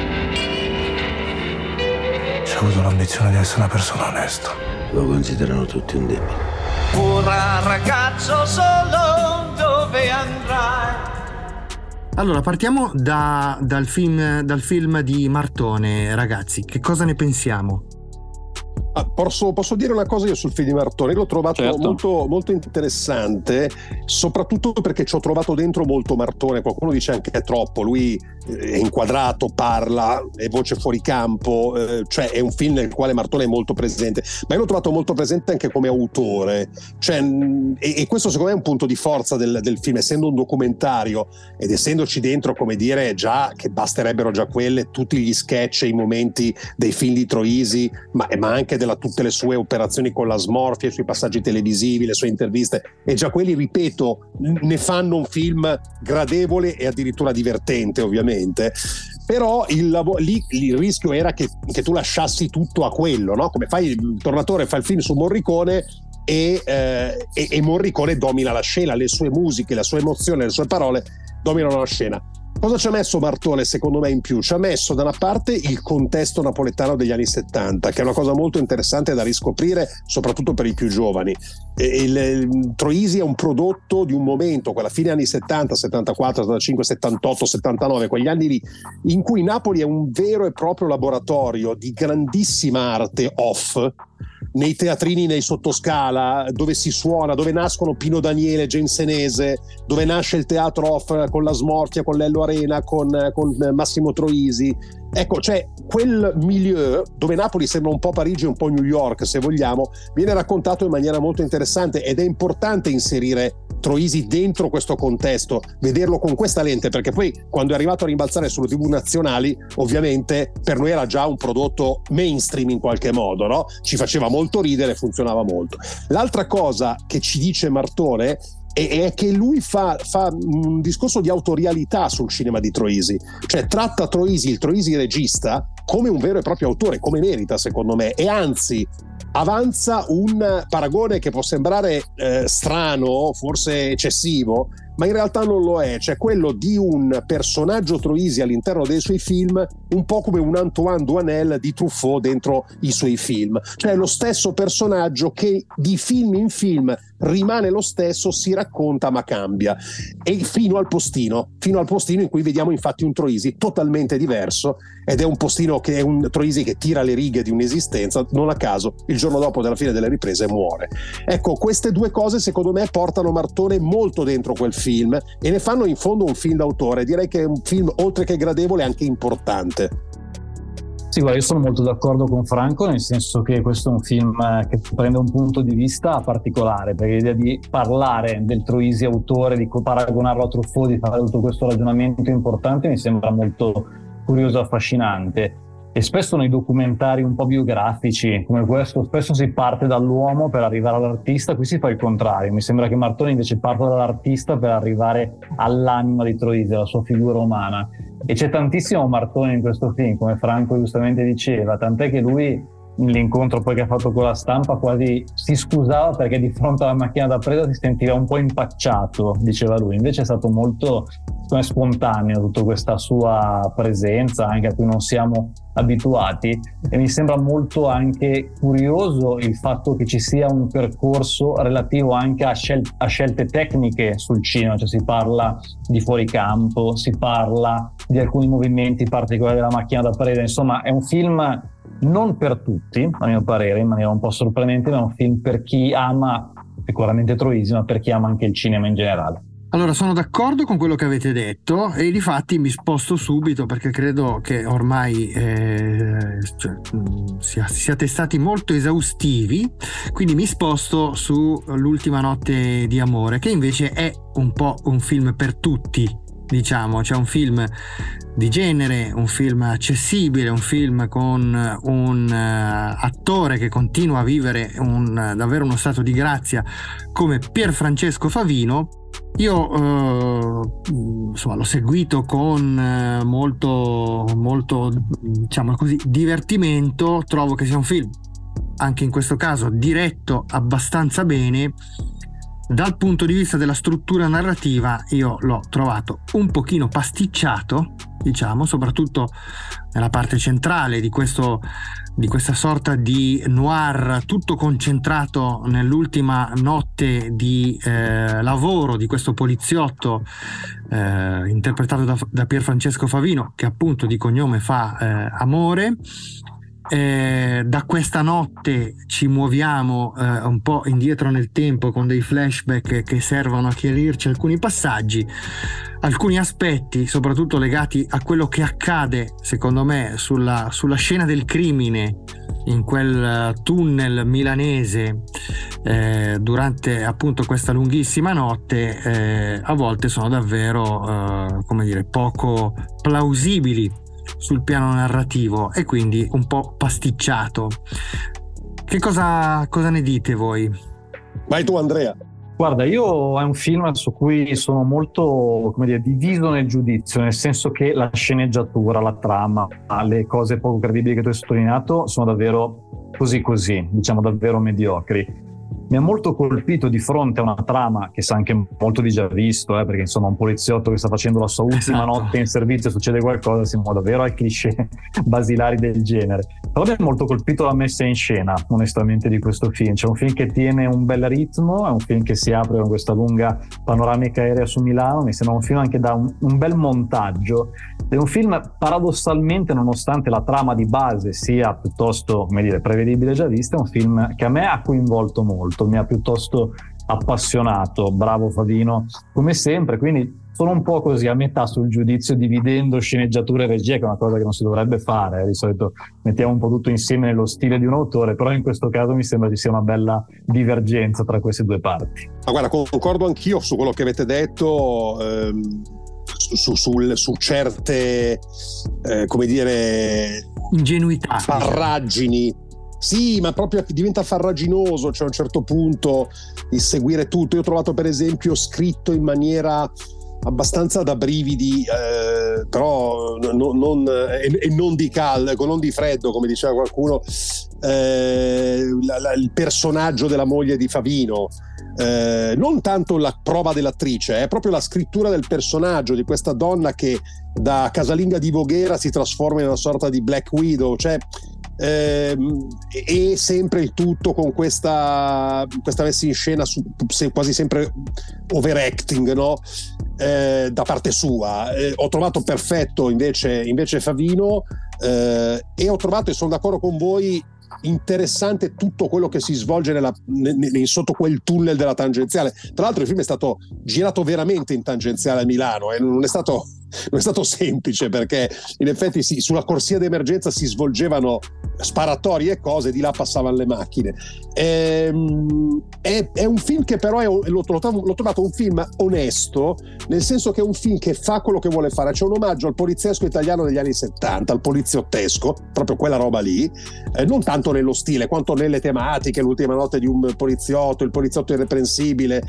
c'è avuto l'ambizione di essere una persona onesta. Lo considerano tutti un debole. Ora ragazzo solo, dove andrai? Allora, partiamo da, dal, film, dal film di Martone, ragazzi. Che cosa ne pensiamo? Ah, posso, posso dire una cosa io sul film di Martone? L'ho trovato certo. molto, molto interessante, soprattutto perché ci ho trovato dentro molto Martone. Qualcuno dice anche che è troppo, lui è inquadrato, parla, è voce fuori campo, eh, cioè è un film nel quale Martone è molto presente, ma io l'ho trovato molto presente anche come autore, cioè, e, e questo secondo me è un punto di forza del, del film, essendo un documentario ed essendoci dentro, come dire, già che basterebbero già quelle, tutti gli sketch e i momenti dei film di Troisi, ma, ma anche della, tutte le sue operazioni con la smorfia, i suoi passaggi televisivi, le sue interviste, e già quelli, ripeto, ne fanno un film gradevole e addirittura divertente, ovviamente. Però il, lì, il rischio era che, che tu lasciassi tutto a quello, no? Come fai, il Tornatore fa il film su Morricone e, eh, e, e Morricone domina la scena, le sue musiche, la sua emozione, le sue parole dominano la scena. Cosa ci ha messo Martone secondo me in più? Ci ha messo da una parte il contesto napoletano degli anni settanta, che è una cosa molto interessante da riscoprire soprattutto per i più giovani. Il, il Troisi è un prodotto di un momento, quella fine anni settanta, settantaquattro, settantacinque, settantotto, settantanove, quegli anni lì in cui Napoli è un vero e proprio laboratorio di grandissima arte off, nei teatrini, nei sottoscala, dove si suona, dove nascono Pino Daniele, Gensenese, dove nasce il teatro off con la Smorfia, con l'Ello Arena, con, con Massimo Troisi, ecco, cioè quel milieu dove Napoli sembra un po' Parigi e un po' New York, se vogliamo, viene raccontato in maniera molto interessante, ed è importante inserire Troisi dentro questo contesto, vederlo con questa lente, perché poi quando è arrivato a rimbalzare sulle tivù nazionali ovviamente per noi era già un prodotto mainstream in qualche modo, no? Ci faceva molto ridere, funzionava molto. L'altra cosa che ci dice Martone è che lui fa, fa un discorso di autorialità sul cinema di Troisi, cioè tratta Troisi, il Troisi regista, come un vero e proprio autore, come merita secondo me, e anzi avanza un paragone che può sembrare eh, strano, forse eccessivo, ma in realtà non lo è, cioè quello di un personaggio Troisi all'interno dei suoi film, un po' come un Antoine Doinel di Truffaut dentro i suoi film, cioè lo stesso personaggio che di film in film rimane lo stesso, si racconta ma cambia, e fino al postino fino al postino in cui vediamo infatti un Troisi totalmente diverso, ed è un postino che è un Troisi che tira le righe di un'esistenza, non a caso il giorno dopo della fine delle riprese muore. Ecco, queste due cose secondo me portano Martone molto dentro quel film e ne fanno in fondo un film d'autore. Direi che è un film oltre che gradevole anche importante. Sì, guarda, io sono molto d'accordo con Franco, nel senso che questo è un film che prende un punto di vista particolare, perché l'idea di parlare del Troisi autore, di paragonarlo a Truffaut, di fare tutto questo ragionamento importante mi sembra molto curioso e affascinante. E spesso nei documentari un po' biografici come questo spesso si parte dall'uomo per arrivare all'artista, qui si fa il contrario. Mi sembra che Martone invece parta dall'artista per arrivare all'anima di Troisi, alla sua figura umana, e c'è tantissimo Martone in questo film, come Franco giustamente diceva, tant'è che lui nell'incontro poi che ha fatto con la stampa quasi si scusava perché di fronte alla macchina da presa si sentiva un po' impacciato, diceva lui. Invece è stato molto spontaneo tutta questa sua presenza, anche a cui non siamo abituati, e mi sembra molto anche curioso il fatto che ci sia un percorso relativo anche a, scel- a scelte tecniche sul cinema, cioè si parla di fuoricampo, si parla di alcuni movimenti particolari della macchina da presa, insomma è un film non per tutti, a mio parere, in maniera un po' sorprendente, ma è un film per chi ama sicuramente Troisi, ma per chi ama anche il cinema in generale. Allora, sono d'accordo con quello che avete detto e difatti mi sposto subito, perché credo che ormai eh, cioè, sia, siate stati molto esaustivi, quindi mi sposto su L'ultima notte di amore, che invece è un po' un film per tutti, diciamo, cioè un film di genere, un film accessibile, un film con un uh, attore che continua a vivere un, davvero uno stato di grazia come Pierfrancesco Favino. Io uh, insomma l'ho seguito con uh, molto molto diciamo così divertimento. Trovo che sia un film anche in questo caso diretto abbastanza bene. Dal punto di vista della struttura narrativa io l'ho trovato un pochino pasticciato, diciamo, soprattutto nella parte centrale di questo di questa sorta di noir tutto concentrato nell'ultima notte di eh, lavoro di questo poliziotto eh, interpretato da, da Pierfrancesco Favino, che appunto di cognome fa eh, Amore. Eh, da questa notte ci muoviamo eh, un po' indietro nel tempo con dei flashback che servono a chiarirci alcuni passaggi, alcuni aspetti soprattutto legati a quello che accade secondo me sulla, sulla scena del crimine in quel tunnel milanese eh, durante appunto questa lunghissima notte. Eh, a volte sono davvero eh, come dire poco plausibili sul piano narrativo e quindi un po' pasticciato. Che cosa, cosa ne dite voi? Vai tu, Andrea. Guarda, io è un film su cui sono molto, come dire, diviso nel giudizio, nel senso che la sceneggiatura, la trama, le cose poco credibili che tu hai sottolineato sono davvero così così, diciamo davvero mediocri. Mi ha molto colpito di fronte a una trama che sa anche molto di già visto, eh, perché insomma un poliziotto che sta facendo la sua ultima esatto. notte in servizio, succede qualcosa, siamo davvero ai cliché basilari del genere. Però mi ha molto colpito la messa in scena, onestamente, di questo film. C'è un film che tiene un bel ritmo, è un film che si apre con questa lunga panoramica aerea su Milano, mi sembra un film anche da un, un bel montaggio. È un film paradossalmente, nonostante la trama di base sia piuttosto, come dire, prevedibile già vista, è un film che a me ha coinvolto molto, mi ha piuttosto appassionato, bravo Favino come sempre, quindi sono un po' così a metà sul giudizio, dividendo sceneggiatura e regia, che è una cosa che non si dovrebbe fare. Di solito mettiamo un po' tutto insieme nello stile di un autore, però in questo caso mi sembra ci sia una bella divergenza tra queste due parti. Ma guarda, concordo anch'io su quello che avete detto, ehm, su, sul, su certe eh, come dire ingenuità, farragini. Sì, ma proprio diventa farraginoso, cioè a un certo punto il seguire tutto. Io ho trovato per esempio scritto in maniera abbastanza da brividi, eh, però no, non, e, e non di caldo, non di freddo, come diceva qualcuno, eh, la, la, il personaggio della moglie di Favino, eh, non tanto la prova dell'attrice, è proprio la scrittura del personaggio di questa donna che da casalinga di Voghera si trasforma in una sorta di Black Widow, cioè eh, e sempre il tutto con questa questa messa in scena su, quasi sempre overacting, no? Eh, da parte sua. Eh, ho trovato perfetto invece, invece Favino, eh, e ho trovato, e sono d'accordo con voi, interessante tutto quello che si svolge nella, ne, ne, sotto quel tunnel della tangenziale. Tra l'altro il film è stato girato veramente in tangenziale a Milano e eh, non è stato non è stato semplice, perché in effetti sì, sulla corsia d'emergenza si svolgevano sparatorie e cose, di là passavano le macchine. Ehm, è, è un film che però è, l'ho, trovato, l'ho trovato un film onesto, nel senso che è un film che fa quello che vuole fare. C'è un omaggio al poliziesco italiano degli anni settanta, al poliziottesco, proprio quella roba lì, eh, non tanto nello stile quanto nelle tematiche. L'ultima notte di un poliziotto, il poliziotto irreprensibile,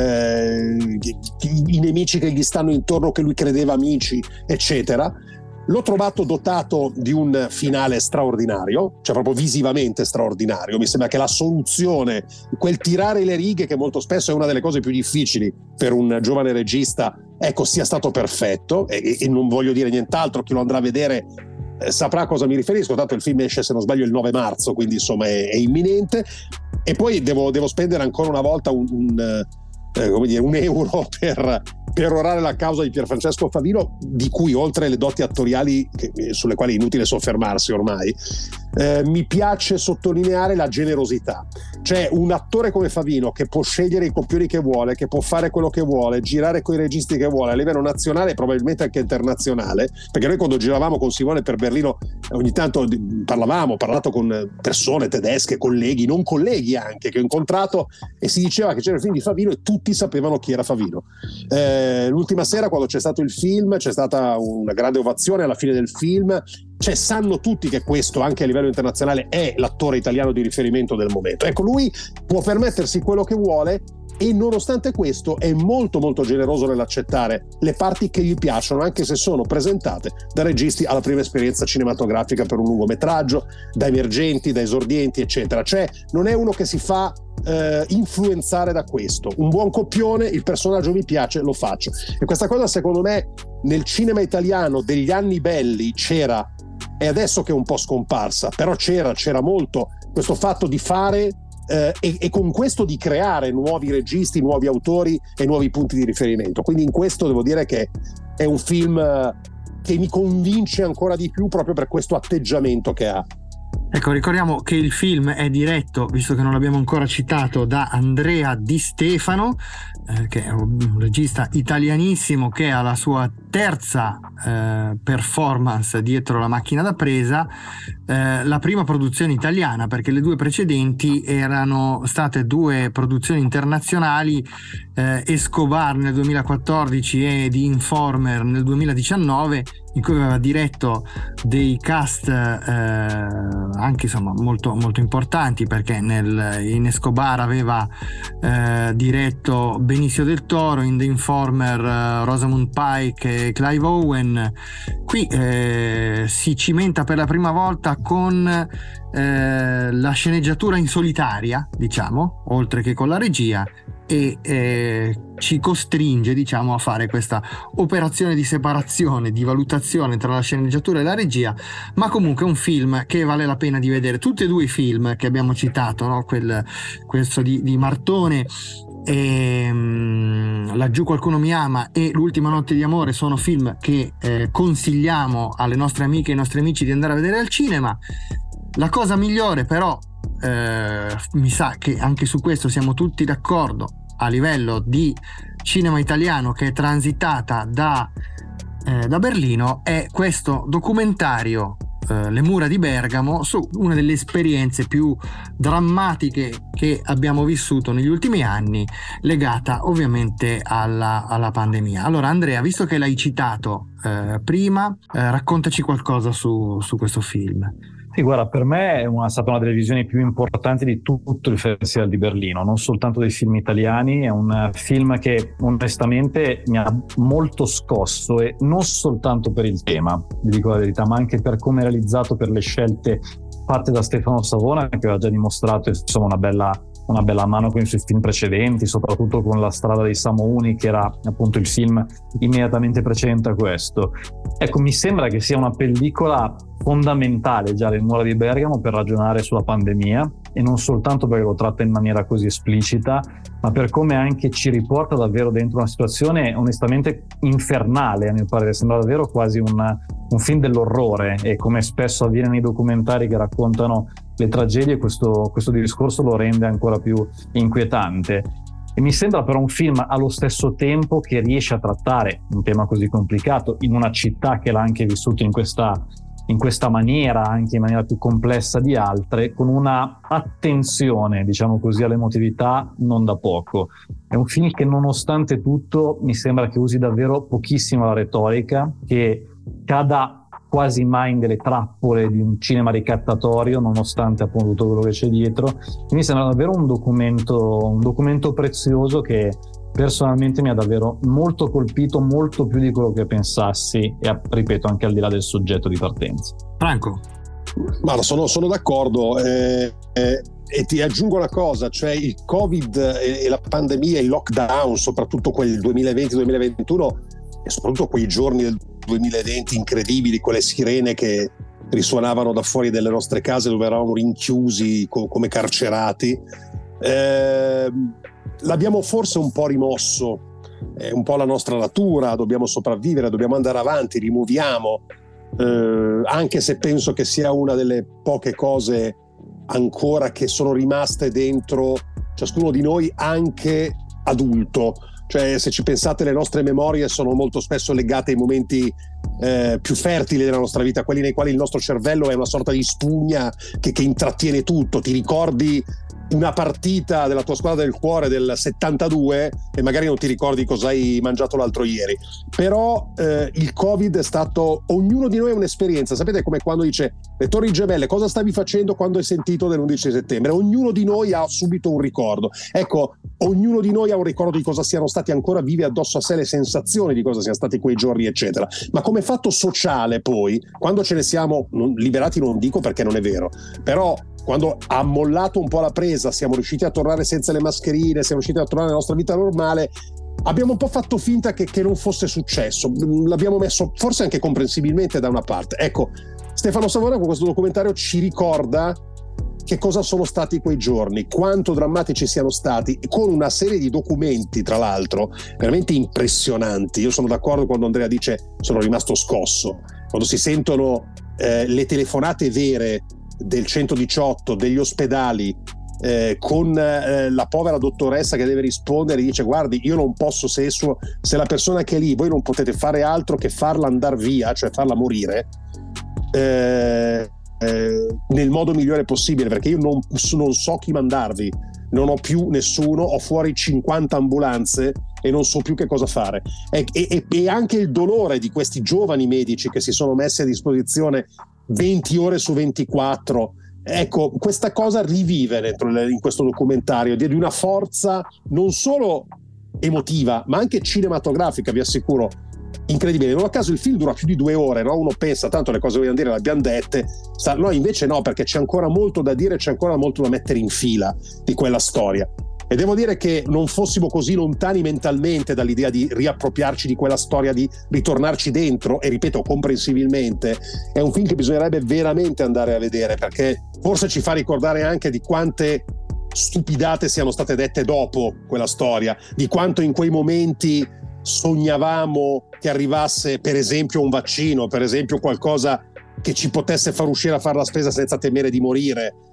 eh, i, i nemici che gli stanno intorno, che lui credeva amici, eccetera. L'ho trovato dotato di un finale straordinario, cioè proprio visivamente straordinario. Mi sembra che la soluzione, quel tirare le righe, che molto spesso è una delle cose più difficili per un giovane regista, ecco, sia stato perfetto, e, e non voglio dire nient'altro. Chi lo andrà a vedere eh, saprà a cosa mi riferisco, tanto il film esce, se non sbaglio, il nove marzo, quindi insomma è, è imminente. E poi devo, devo spendere ancora una volta un, un Eh, come dire, un euro per perorare la causa di Pierfrancesco Favino, di cui, oltre alle doti attoriali che, sulle quali è inutile soffermarsi ormai, eh, mi piace sottolineare la generosità. C'è un attore come Favino che può scegliere i copioni che vuole, che può fare quello che vuole, girare coi registi che vuole a livello nazionale e probabilmente anche internazionale, perché noi quando giravamo con Simone per Berlino ogni tanto parlavamo, ho parlato con persone tedesche, colleghi, non colleghi anche, che ho incontrato, e si diceva che c'era il film di Favino e tutti sapevano chi era Favino. Eh, l'ultima sera, quando c'è stato il film, c'è stata una grande ovazione alla fine del film. Cioè, sanno tutti che questo, anche a livello internazionale, è l'attore italiano di riferimento del momento. Ecco, lui può permettersi quello che vuole e nonostante questo è molto molto generoso nell'accettare le parti che gli piacciono, anche se sono presentate da registi alla prima esperienza cinematografica per un lungometraggio, da emergenti, da esordienti, eccetera. Cioè, non è uno che si fa eh, influenzare da questo. Un buon copione, il personaggio mi piace, lo faccio. E questa cosa, secondo me, nel cinema italiano degli anni belli c'era, e adesso che è un po' scomparsa, però c'era, c'era molto questo fatto di fare eh, e, e con questo di creare nuovi registi, nuovi autori e nuovi punti di riferimento. Quindi in questo devo dire che è un film che mi convince ancora di più proprio per questo atteggiamento che ha. Ecco, ricordiamo che il film è diretto, visto che non l'abbiamo ancora citato, da Andrea Di Stefano, eh, che è un regista italianissimo che ha la sua terza eh, performance dietro la macchina da presa, eh, la prima produzione italiana, perché le due precedenti erano state due produzioni internazionali, eh, Escobar nel duemilaquattordici e The Informer nel duemiladiciannove, in cui aveva diretto dei cast eh, anche insomma molto, molto importanti, perché nel, in Escobar aveva eh, diretto Benicio del Toro, in The Informer eh, Rosamund Pike e Clive Owen. Qui eh, si cimenta per la prima volta con eh, la sceneggiatura in solitaria, diciamo, oltre che con la regia, e eh, ci costringe, diciamo, a fare questa operazione di separazione, di valutazione tra la sceneggiatura e la regia. Ma comunque è un film che vale la pena di vedere. Tutti e due i film che abbiamo citato, no? Quel, questo di, di Martone e um, Laggiù qualcuno mi ama e L'ultima notte di amore, sono film che eh, consigliamo alle nostre amiche e ai nostri amici di andare a vedere al cinema. La cosa migliore però, eh, mi sa che anche su questo siamo tutti d'accordo, a livello di cinema italiano che è transitata da, eh, da Berlino è questo documentario eh, Le mura di Bergamo, su una delle esperienze più drammatiche che abbiamo vissuto negli ultimi anni, legata ovviamente alla, alla pandemia. Allora Andrea, visto che l'hai citato eh, prima, eh, raccontaci qualcosa su, su questo film. Sì, guarda, per me è una, stata una delle visioni più importanti di tutto il Festival di Berlino, non soltanto dei film italiani. È un film che onestamente mi ha molto scosso, e non soltanto per il tema, vi dico la verità, ma anche per come è realizzato, per le scelte fatte da Stefano Savona, che aveva già dimostrato insomma una bella una bella mano con i suoi film precedenti, soprattutto con La strada dei Samouni, che era appunto il film immediatamente precedente a questo. Ecco, mi sembra che sia una pellicola fondamentale già Le mura di Bergamo per ragionare sulla pandemia, e non soltanto perché lo tratta in maniera così esplicita, ma per come anche ci riporta davvero dentro una situazione onestamente infernale, a mio parere. Sembra davvero quasi un, un film dell'orrore, e come spesso avviene nei documentari che raccontano le tragedie, questo, questo discorso lo rende ancora più inquietante. E mi sembra però un film allo stesso tempo che riesce a trattare un tema così complicato in una città che l'ha anche vissuto in questa, in questa maniera, anche in maniera più complessa di altre, con una attenzione, diciamo così, all'emotività non da poco. È un film che nonostante tutto mi sembra che usi davvero pochissimo la retorica, che cada quasi mai in delle trappole di un cinema ricattatorio, nonostante appunto tutto quello che c'è dietro. Mi sembra davvero un documento, un documento prezioso che personalmente mi ha davvero molto colpito, molto più di quello che pensassi, e ripeto, anche al di là del soggetto di partenza. Franco? Ma sono, sono d'accordo, eh, eh, e ti aggiungo una cosa, cioè il Covid e, e la pandemia, il lockdown, soprattutto quel duemilaventi duemilaventuno, e soprattutto quei giorni del duemilaventi incredibili, quelle sirene che risuonavano da fuori delle nostre case dove eravamo rinchiusi co- come carcerati, eh, l'abbiamo forse un po' rimosso, è un po' la nostra natura, dobbiamo sopravvivere, dobbiamo andare avanti, rimuoviamo, eh, anche se penso che sia una delle poche cose ancora che sono rimaste dentro ciascuno di noi, anche adulto. Cioè, se ci pensate, le nostre memorie sono molto spesso legate ai momenti eh, più fertili della nostra vita, quelli nei quali il nostro cervello è una sorta di spugna che, che intrattiene tutto. Ti ricordi una partita della tua squadra del cuore del settantadue e magari non ti ricordi cosa hai mangiato l'altro ieri. Però eh, il Covid è stato, ognuno di noi ha un'esperienza. Sapete, come quando dice le Torri Gemelle, cosa stavi facendo quando hai sentito dell'undici settembre? Ognuno di noi ha subito un ricordo. Ecco, ognuno di noi ha un ricordo di cosa siano stati ancora vivi addosso a sé, le sensazioni di cosa siano stati quei giorni, eccetera. Ma come fatto sociale, poi, quando ce ne siamo non, liberati, non dico perché non è vero, però quando ha mollato un po' la presa, siamo riusciti a tornare senza le mascherine, siamo riusciti a tornare alla nostra vita normale, abbiamo un po' fatto finta che, che non fosse successo, l'abbiamo messo forse anche comprensibilmente da una parte. Ecco, Stefano Savona con questo documentario ci ricorda che cosa sono stati quei giorni, quanto drammatici siano stati, con una serie di documenti, tra l'altro, veramente impressionanti. Io sono d'accordo quando Andrea dice sono rimasto scosso, quando si sentono eh, le telefonate vere del centodiciotto, degli ospedali, eh, con eh, la povera dottoressa che deve rispondere e dice: guardi, io non posso, se, su, se la persona che è lì, voi non potete fare altro che farla andare via, cioè farla morire, eh, eh, nel modo migliore possibile, perché io non, non so chi mandarvi, non ho più nessuno, ho fuori cinquanta ambulanze e non so più che cosa fare. E, e, e anche il dolore di questi giovani medici che si sono messi a disposizione venti ore su ventiquattro. Ecco, questa cosa rivive dentro le, in questo documentario, di una forza non solo emotiva ma anche cinematografica, vi assicuro, incredibile. Non a caso il film dura più di due ore, no? Uno pensa tanto le cose che vogliamo dire le abbiamo dette, no, invece no, perché c'è ancora molto da dire, c'è ancora molto da mettere in fila di quella storia. E devo dire che non fossimo così lontani mentalmente dall'idea di riappropriarci di quella storia, di ritornarci dentro, e ripeto, comprensibilmente, è un film che bisognerebbe veramente andare a vedere, perché forse ci fa ricordare anche di quante stupidate siano state dette dopo quella storia, di quanto in quei momenti sognavamo che arrivasse per esempio un vaccino, per esempio qualcosa che ci potesse far uscire a fare la spesa senza temere di morire.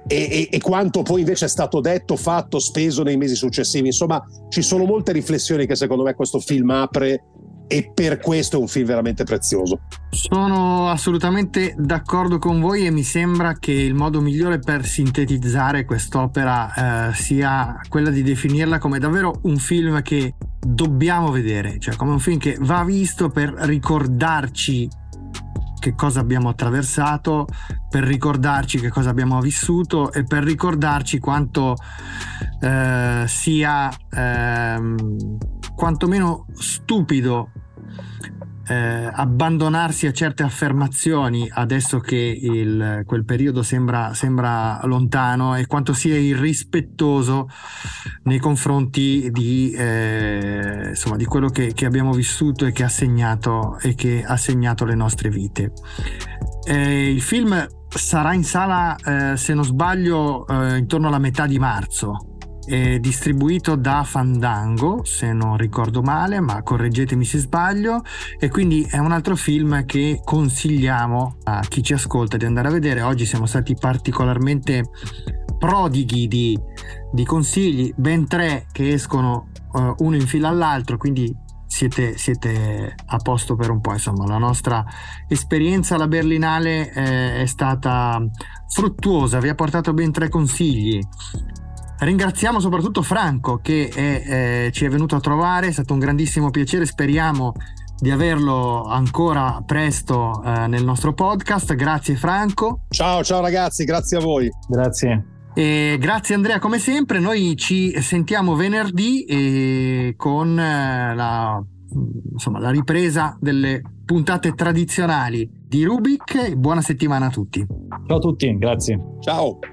e, e quanto poi invece è stato detto, fatto, speso nei mesi successivi. Insomma, ci sono molte riflessioni che secondo me questo film apre, e per questo è un film veramente prezioso. Sono assolutamente d'accordo con voi e mi sembra che il modo migliore per sintetizzare quest'opera eh, sia quella di definirla come davvero un film che dobbiamo vedere, cioè come un film che va visto per ricordarci che cosa abbiamo attraversato, per ricordarci che cosa abbiamo vissuto e per ricordarci quanto eh, sia ehm, quantomeno stupido eh, abbandonarsi a certe affermazioni adesso che il, quel periodo sembra, sembra lontano, e quanto sia irrispettoso nei confronti di, eh, insomma, di quello che, che abbiamo vissuto e che ha segnato, e che ha segnato le nostre vite. Eh, il film sarà in sala, eh, se non sbaglio, eh, intorno alla metà di marzo. È distribuito da Fandango, se non ricordo male, ma correggetemi se sbaglio, e quindi è un altro film che consigliamo a chi ci ascolta di andare a vedere. Oggi siamo stati particolarmente prodighi di, di consigli, ben tre che escono uh, uno in fila all'altro, quindi siete, siete a posto per un po'. Insomma, la nostra esperienza alla Berlinale eh, è stata fruttuosa, vi ha portato ben tre consigli. Ringraziamo soprattutto Franco che è, eh, ci è venuto a trovare, è stato un grandissimo piacere, speriamo di averlo ancora presto eh, nel nostro podcast. Grazie Franco. Ciao ciao ragazzi, grazie a voi. Grazie. E grazie Andrea come sempre, noi ci sentiamo venerdì e con eh, la, insomma, la ripresa delle puntate tradizionali di Rubik. Buona settimana a tutti. Ciao a tutti, grazie. Ciao.